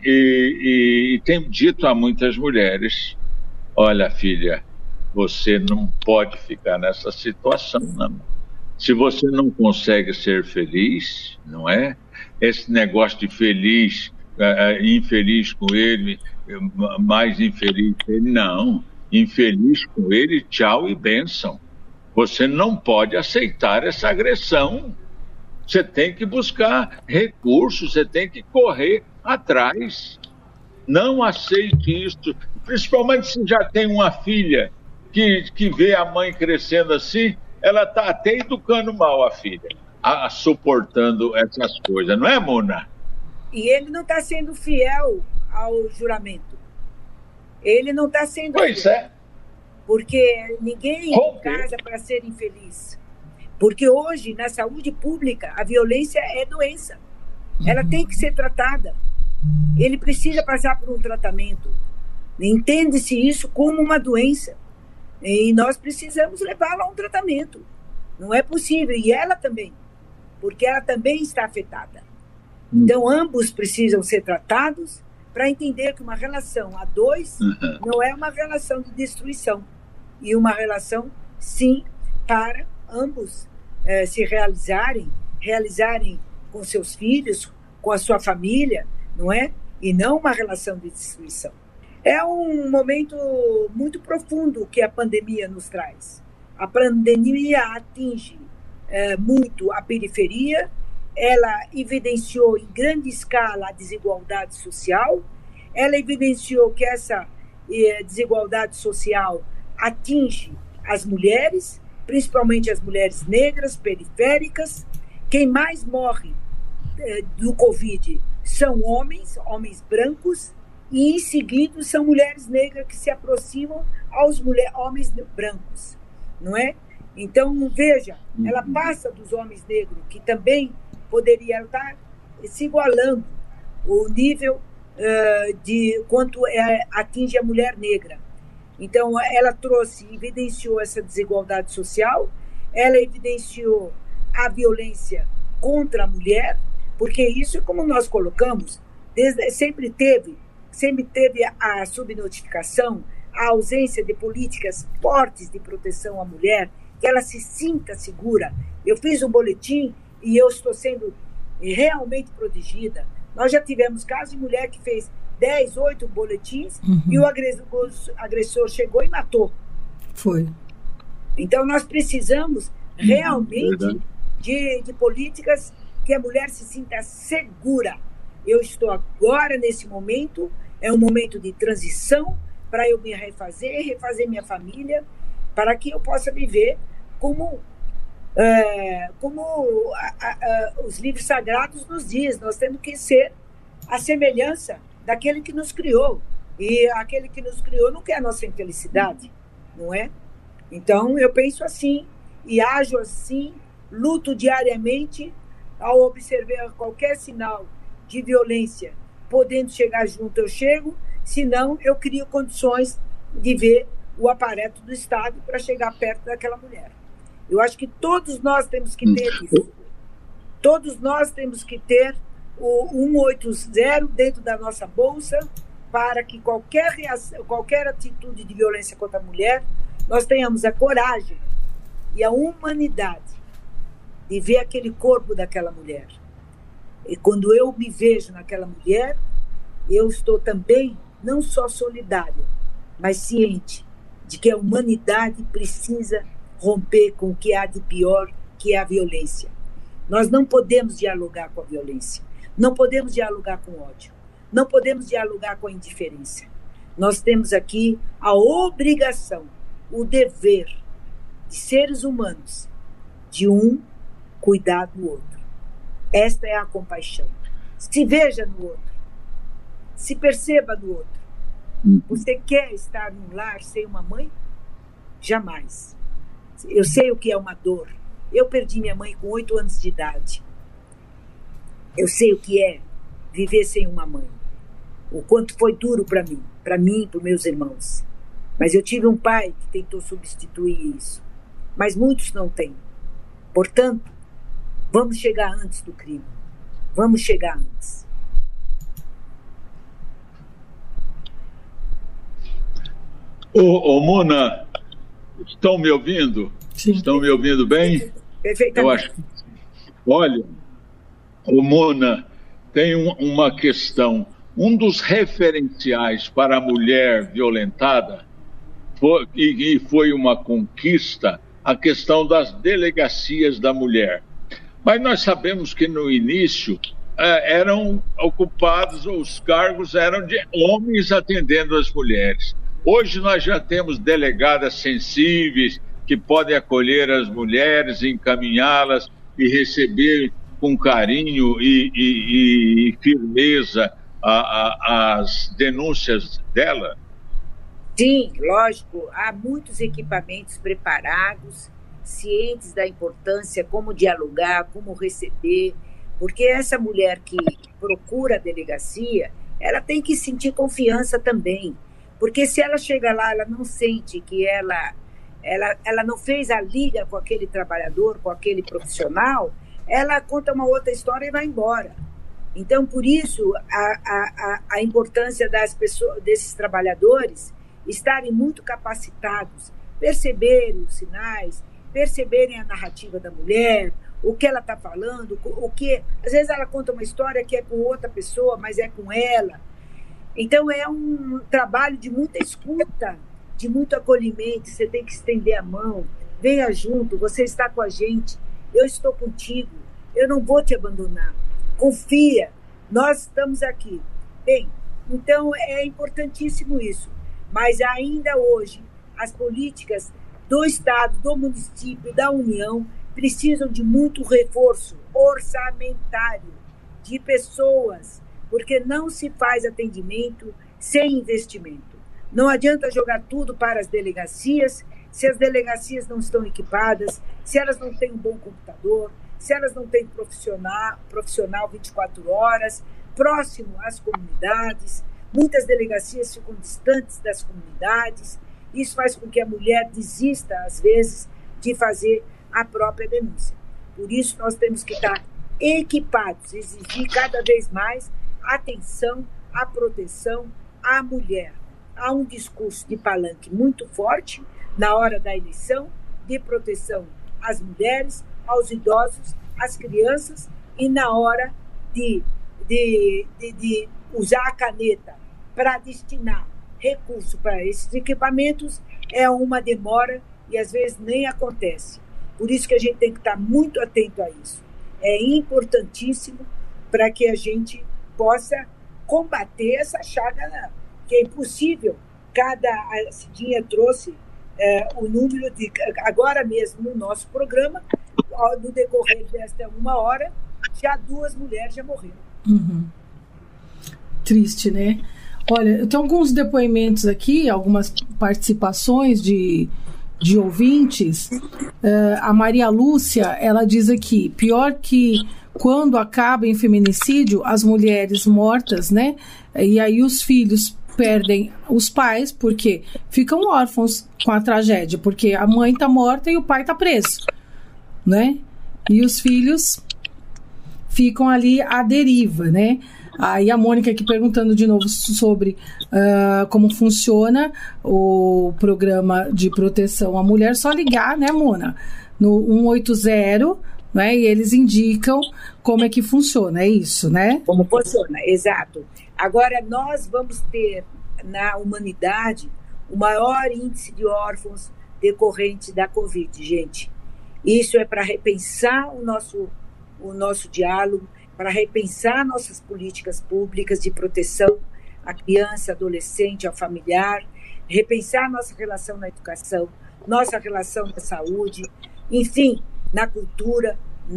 e tenho dito a muitas mulheres: olha, filha, você não pode ficar nessa situação, não. Se você não consegue ser feliz, não é? Esse negócio de feliz, infeliz com ele, mais infeliz com ele, não. Infeliz com ele, tchau e bênção. Você não pode aceitar essa agressão. Você tem que buscar recursos, você tem que correr atrás. Não aceite isso, principalmente se já tem uma filha que vê a mãe crescendo assim, ela está até educando mal a filha, suportando essas coisas, não é, Mona? E ele não está sendo fiel ao juramento. Ele não está sendo fiel. Porque ninguém casa para ser infeliz. Porque hoje, na saúde pública, a violência é doença. Ela tem que ser tratada. Ele precisa passar por um tratamento. Entende-se isso como uma doença. E nós precisamos levá-la a um tratamento. Não é possível. E ela também. Porque ela também está afetada. Então, ambos precisam ser tratados para entender que uma relação a dois não é uma relação de destruição. E uma relação, sim, para ambos se realizarem com seus filhos, com a sua família, não é? E não uma relação de destruição. É um momento muito profundo que a pandemia nos traz. A pandemia atinge muito a periferia, ela evidenciou em grande escala a desigualdade social, ela evidenciou que essa desigualdade social atinge as mulheres, principalmente as mulheres negras, periféricas. Quem mais morre do Covid são homens brancos, e em seguida são mulheres negras que se aproximam aos homens brancos, não é? Então, veja, ela passa dos homens negros, que também poderia estar se igualando o nível de quanto atinge a mulher negra. Então, ela evidenciou essa desigualdade social, ela evidenciou a violência contra a mulher, porque isso é como nós colocamos, sempre teve a subnotificação, a ausência de políticas fortes de proteção à mulher, que ela se sinta segura. Eu fiz um boletim e eu estou sendo realmente protegida. Nós já tivemos casos de mulher que fez 10, 8 boletins e o agressor chegou e matou. Foi. Então, nós precisamos realmente de políticas que a mulher se sinta segura. Eu estou agora, nesse momento, é um momento de transição para eu me refazer minha família, para que eu possa viver como os livros sagrados nos dizem. Nós temos que ser a semelhança daquele que nos criou. E aquele que nos criou não quer a nossa infelicidade, não é? Então, eu penso assim, e ajo assim, luto diariamente ao observar qualquer sinal de violência. Podendo chegar junto, eu chego, senão eu crio condições de ver o aparato do Estado para chegar perto daquela mulher. Eu acho que todos nós temos que ter isso. Todos nós temos que ter o 180 dentro da nossa bolsa para que qualquer reação, qualquer atitude de violência contra a mulher, nós tenhamos a coragem e a humanidade de ver aquele corpo daquela mulher. E quando eu me vejo naquela mulher, eu estou também não só solidária, mas ciente de que a humanidade precisa romper com o que há de pior, que é a violência. Nós não podemos dialogar com a violência, não podemos dialogar com o ódio, não podemos dialogar com a indiferença. Nós temos aqui a obrigação, o dever de seres humanos, de um cuidar do outro. Esta é a compaixão. Se veja no outro, se perceba no outro. Você quer estar num lar sem uma mãe? Jamais. Eu sei o que é uma dor. Eu perdi minha mãe com 8 anos de idade. Eu sei o que é viver sem uma mãe. O quanto foi duro para mim e para meus irmãos. Mas eu tive um pai que tentou substituir isso. Mas muitos não têm. Portanto, vamos chegar antes do crime. Vamos chegar antes. Ô, Mona, estão me ouvindo? Sim. Estão me ouvindo bem? Perfeitamente. Eu acho. Olha, ô, Mona, tem uma questão. Um dos referenciais para a mulher violentada foi uma conquista, a questão das delegacias da mulher. Mas nós sabemos que no início eram ocupados, os cargos eram de homens atendendo as mulheres. Hoje nós já temos delegadas sensíveis que podem acolher as mulheres, encaminhá-las e receber com carinho e firmeza as denúncias dela. Sim, lógico. Há muitos equipamentos preparados, cientes da importância, como dialogar, como receber, porque essa mulher que procura a delegacia, ela tem que sentir confiança também. Porque se ela chega lá, ela não sente que ela não fez a liga com aquele trabalhador, com aquele profissional, ela conta uma outra história e vai embora. Então, por isso, a importância das pessoas, desses trabalhadores estarem muito capacitados, perceberem os sinais, perceberem a narrativa da mulher, o que ela está falando, às vezes ela conta uma história que é com outra pessoa, mas é com ela. Então, é um trabalho de muita escuta, de muito acolhimento. Você tem que estender a mão, venha junto, você está com a gente, eu estou contigo, eu não vou te abandonar, confia, nós estamos aqui. Bem, então é importantíssimo isso, mas ainda hoje as políticas do Estado, do município, da União precisam de muito reforço orçamentário, de pessoas, porque não se faz atendimento sem investimento. Não adianta jogar tudo para as delegacias, se as delegacias não estão equipadas, se elas não têm um bom computador, se elas não têm profissional 24 horas, próximo às comunidades. Muitas delegacias ficam distantes das comunidades. Isso faz com que a mulher desista, às vezes, de fazer a própria denúncia. Por isso, nós temos que estar equipados, exigir cada vez mais atenção à proteção à mulher. Há um discurso de palanque muito forte na hora da eleição, de proteção às mulheres, aos idosos, às crianças, e na hora de usar a caneta para destinar recurso para esses equipamentos, é uma demora e às vezes nem acontece. Por isso que a gente tem que estar muito atento a isso. É importantíssimo para que a gente possa combater essa chaga, que é impossível. A Cidinha trouxe o número de... Agora mesmo, no nosso programa, no decorrer desta 1 hora, já 2 mulheres já morreram. Uhum. Triste, né? Olha, eu tenho alguns depoimentos aqui, algumas participações de ouvintes. A Maria Lúcia, ela diz aqui, pior que quando acaba em feminicídio, as mulheres mortas, né? E aí os filhos perdem os pais, porque ficam órfãos com a tragédia, porque a mãe tá morta e o pai tá preso, né? E os filhos ficam ali à deriva, né? Aí a Mônica aqui perguntando de novo sobre como funciona o programa de proteção à mulher. Só ligar, né, Mona? No 180, né? E eles indicam como é que funciona, é isso, né? Como funciona, exato. Agora, nós vamos ter na humanidade o maior índice de órfãos decorrente da Covid, gente. Isso é para repensar o nosso diálogo, para repensar nossas políticas públicas de proteção à criança, adolescente, ao familiar, repensar nossa relação na educação, nossa relação na saúde, enfim, na cultura.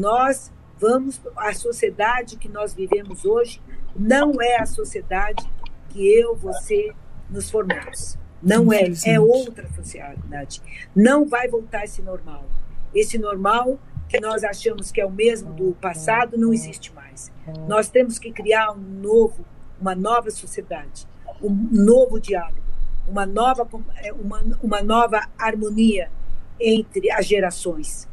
A sociedade que nós vivemos hoje não é a sociedade que eu, você, nos formamos. Não é outra sociedade. Não vai voltar esse normal. Esse normal que nós achamos que é o mesmo do passado não existe mais. Nós temos que criar uma nova sociedade, um novo diálogo, uma nova harmonia entre as gerações.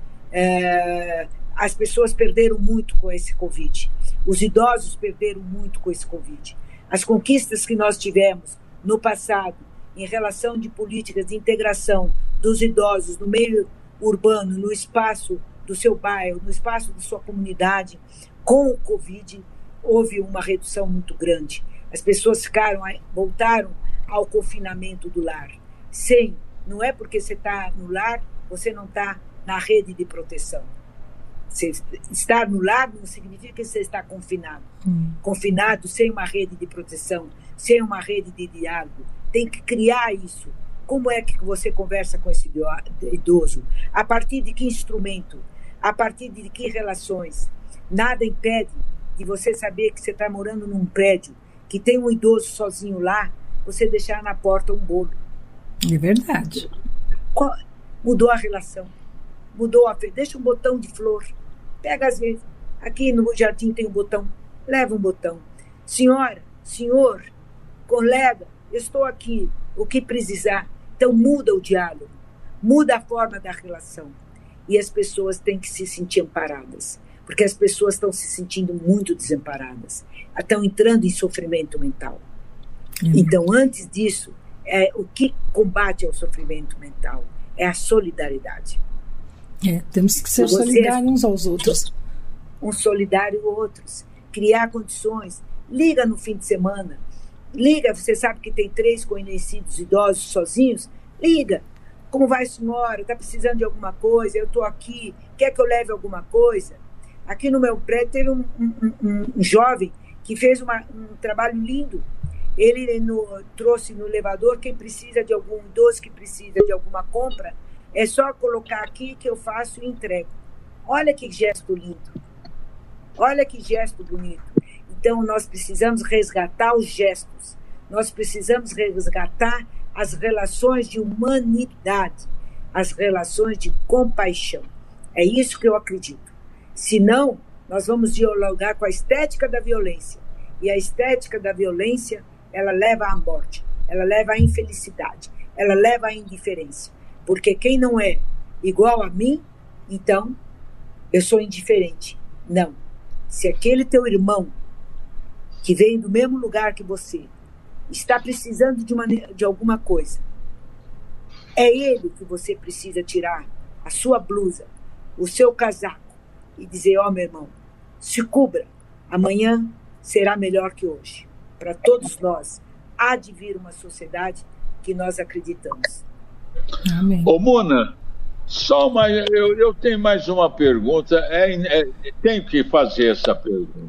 As pessoas perderam muito com esse Covid. Os idosos perderam muito com esse Covid. As conquistas que nós tivemos no passado em relação de políticas de integração dos idosos no meio urbano, no espaço do seu bairro, no espaço da sua comunidade, com o Covid, houve uma redução muito grande. As pessoas voltaram ao confinamento do lar. Não é porque você está no lar, você não está na rede de proteção. Estar no lar não significa que você está confinado. Confinado sem uma rede de proteção, sem uma rede de diálogo. Tem que criar isso. Como é que você conversa com esse idoso? A partir de que instrumento? A partir de que relações? Nada impede de você saber que você está morando num prédio, que tem um idoso sozinho lá, você deixar na porta um bolo. É verdade. Mudou a relação. Deixa um botão de flor. Pega às vezes. Aqui no jardim tem um botão. Leva um botão. Senhora, senhor, colega, eu estou aqui. O que precisar. Então muda o diálogo. Muda a forma da relação. E as pessoas têm que se sentir amparadas. Porque as pessoas estão se sentindo muito desamparadas. Estão entrando em sofrimento mental. Então, antes disso, o que combate ao sofrimento mental é a solidariedade. Temos que ser solidários uns aos outros. Um solidário aos outros. Criar condições. Liga no fim de semana. Liga, você sabe que tem 3 conhecidos idosos sozinhos? Liga. Como vai, senhora? Está precisando de alguma coisa? Eu estou aqui. Quer que eu leve alguma coisa? Aqui no meu prédio teve um jovem que fez um trabalho lindo. Ele trouxe no elevador quem precisa de algum idoso, que precisa de alguma compra. É só colocar aqui que eu faço e entrego. Olha que gesto lindo. Olha que gesto bonito. Então, nós precisamos resgatar os gestos. Nós precisamos resgatar as relações de humanidade, as relações de compaixão. É isso que eu acredito. Senão, nós vamos dialogar com a estética da violência. E a estética da violência, ela leva à morte, ela leva à infelicidade, ela leva à indiferença. Porque quem não é igual a mim, então, eu sou indiferente. Não. Se aquele teu irmão, que vem do mesmo lugar que você, está precisando de alguma coisa, é ele que você precisa tirar a sua blusa, o seu casaco, e dizer, meu irmão, se cubra, amanhã será melhor que hoje. Para todos nós, há de vir uma sociedade que nós acreditamos. Amém. Ô, Mona, eu tenho mais uma pergunta, tenho que fazer essa pergunta.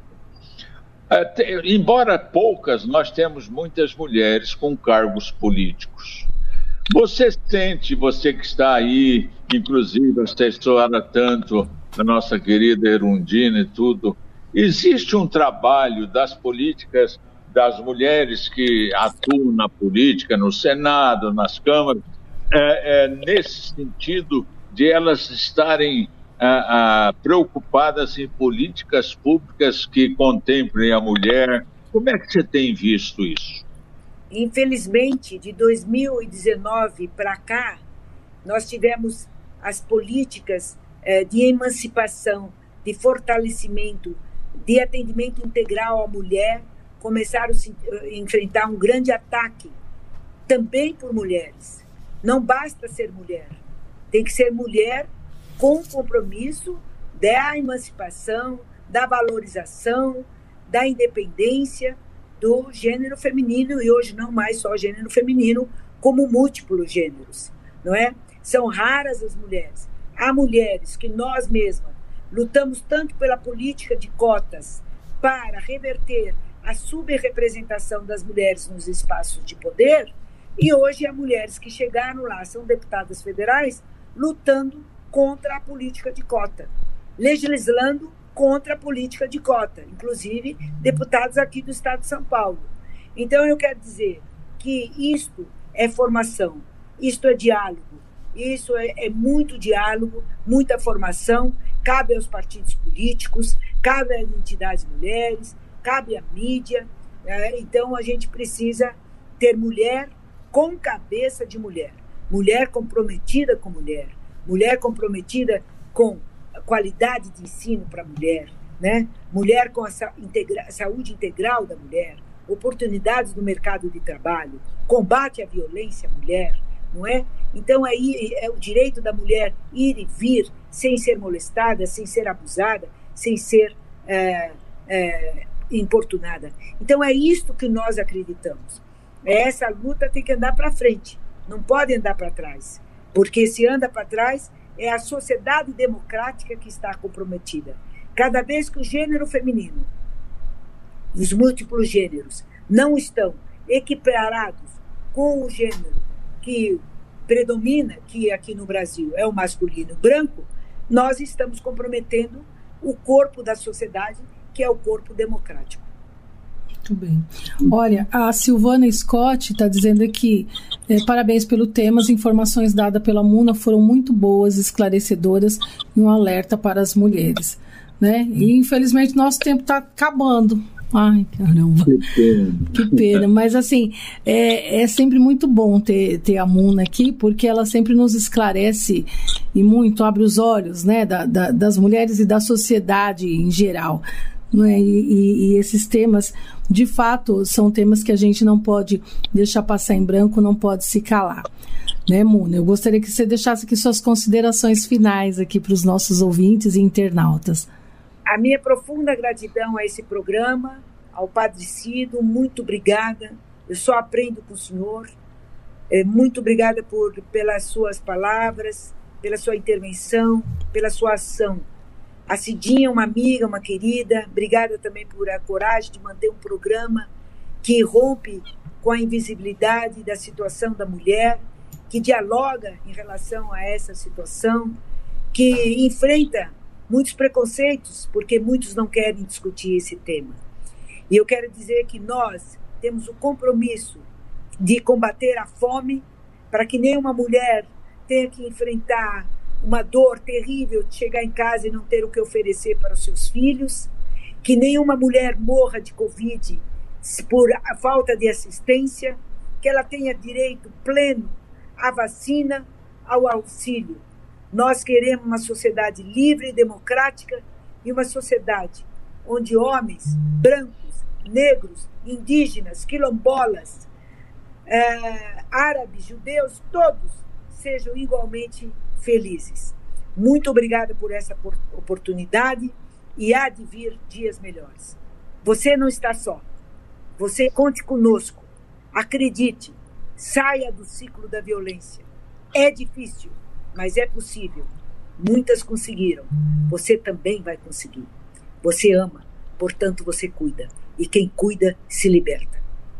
Embora poucas, nós temos muitas mulheres com cargos políticos. Você que está aí, inclusive assessora tanto a nossa querida Erundina e tudo, existe um trabalho das políticas das mulheres que atuam na política, no Senado, nas câmaras, nesse sentido de elas estarem preocupadas em políticas públicas que contemplem a mulher. Como é que você tem visto isso? Infelizmente, de 2019 para cá, nós tivemos as políticas de emancipação, de fortalecimento, de atendimento integral à mulher, começaram a enfrentar um grande ataque, também por mulheres. Não basta ser mulher, tem que ser mulher com compromisso da emancipação, da valorização, da independência do gênero feminino, e hoje não mais só gênero feminino, como múltiplos gêneros, não é? São raras as mulheres. Há mulheres que nós mesmas lutamos tanto pela política de cotas para reverter a subrepresentação das mulheres nos espaços de poder, e hoje há mulheres que chegaram lá, são deputadas federais, lutando contra a política de cota, legislando contra a política de cota, inclusive deputados aqui do estado de São Paulo. Então, eu quero dizer que isto é formação, isto é diálogo, isso é muito diálogo, muita formação, cabe aos partidos políticos, cabe às entidades mulheres, cabe à mídia. Então, a gente precisa ter mulher com cabeça de mulher, mulher comprometida com mulher, mulher comprometida com a qualidade de ensino para a mulher, né? Mulher com a saúde integral da mulher, oportunidades no mercado de trabalho, combate à violência à mulher, não é? Então, aí é o direito da mulher ir e vir sem ser molestada, sem ser abusada, sem ser importunada. Então, é isto que nós acreditamos. Essa luta tem que andar para frente, não pode andar para trás, porque se anda para trás, é a sociedade democrática que está comprometida. Cada vez que o gênero feminino, os múltiplos gêneros, não estão equiparados com o gênero que predomina, que aqui no Brasil é o masculino branco, nós estamos comprometendo o corpo da sociedade, que é o corpo democrático. Muito bem. Olha, a Silvana Scott está dizendo aqui, parabéns pelo tema, as informações dadas pela Muna foram muito boas, esclarecedoras e um alerta para as mulheres, né? E infelizmente nosso tempo está acabando. Ai, caramba. Que pena. Mas assim, é sempre muito bom ter a Muna aqui, porque ela sempre nos esclarece e muito abre os olhos, né, das mulheres e da sociedade em geral. Não é? E esses temas, de fato, são temas que a gente não pode deixar passar em branco, não pode se calar. Né, Muna? Eu gostaria que você deixasse aqui suas considerações finais aqui para os nossos ouvintes e internautas. A minha profunda gratidão a esse programa, ao Padre Cido, muito obrigada. Eu só aprendo com o senhor. Muito obrigada pelas suas palavras, pela sua intervenção, pela sua ação. A Cidinha, uma amiga, uma querida, obrigada também por a coragem de manter um programa que rompe com a invisibilidade da situação da mulher, que dialoga em relação a essa situação, que enfrenta muitos preconceitos, porque muitos não querem discutir esse tema. E eu quero dizer que nós temos o compromisso de combater a fome, para que nenhuma mulher tenha que enfrentar uma dor terrível de chegar em casa e não ter o que oferecer para os seus filhos, que nenhuma mulher morra de Covid por falta de assistência, que ela tenha direito pleno à vacina, ao auxílio. Nós queremos uma sociedade livre e democrática e uma sociedade onde homens brancos, negros, indígenas, quilombolas, árabes, judeus, todos sejam igualmente felizes. Muito obrigada por essa oportunidade e há de vir dias melhores. Você não está só. Você conte conosco. Acredite. Saia do ciclo da violência. É difícil, mas é possível. Muitas conseguiram. Você também vai conseguir. Você ama, portanto você cuida. E quem cuida se liberta.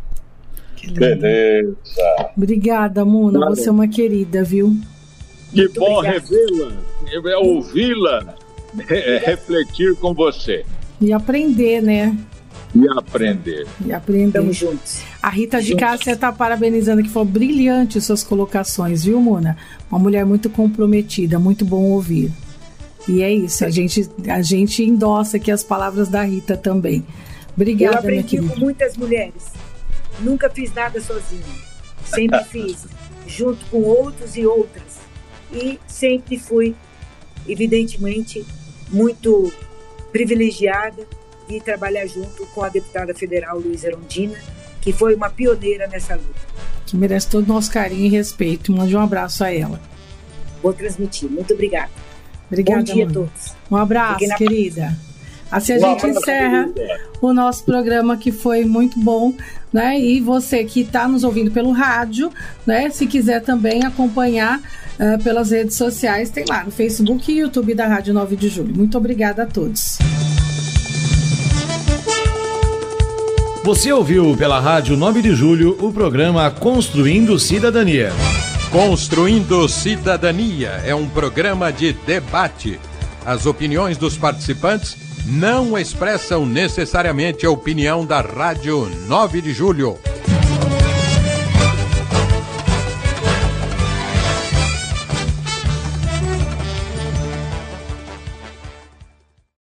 Beleza. Obrigada, Muna. Claro. Você é uma querida, viu? Que muito bom revê-la, ouvi-la, refletir com você. E aprender, né? E aprender. Estamos juntos. A Rita de Cássia está parabenizando, que foi brilhante suas colocações, viu, Mona? Uma mulher muito comprometida, muito bom ouvir. E é isso, a gente endossa aqui as palavras da Rita também. Obrigada, minha querida. Eu aprendi com muitas mulheres. Nunca fiz nada sozinha. Sempre fiz junto com outros e outras. E sempre fui, evidentemente, muito privilegiada de trabalhar junto com a deputada federal Luísa Erundina, que foi uma pioneira nessa luta. Que merece todo o nosso carinho e respeito. Mande um abraço a ela. Vou transmitir. Muito obrigada. Obrigada, bom dia mãe. a todos. Um abraço, querida. Assim a gente encerra o nosso programa, que foi muito bom, né? E você que está nos ouvindo pelo rádio, né? Se quiser também acompanhar pelas redes sociais, tem lá no Facebook e YouTube da Rádio 9 de Julho. Muito obrigada a todos. Você ouviu pela Rádio 9 de Julho o programa Construindo Cidadania. Construindo Cidadania é um programa de debate. As opiniões dos participantes não expressam necessariamente a opinião da Rádio 9 de Julho.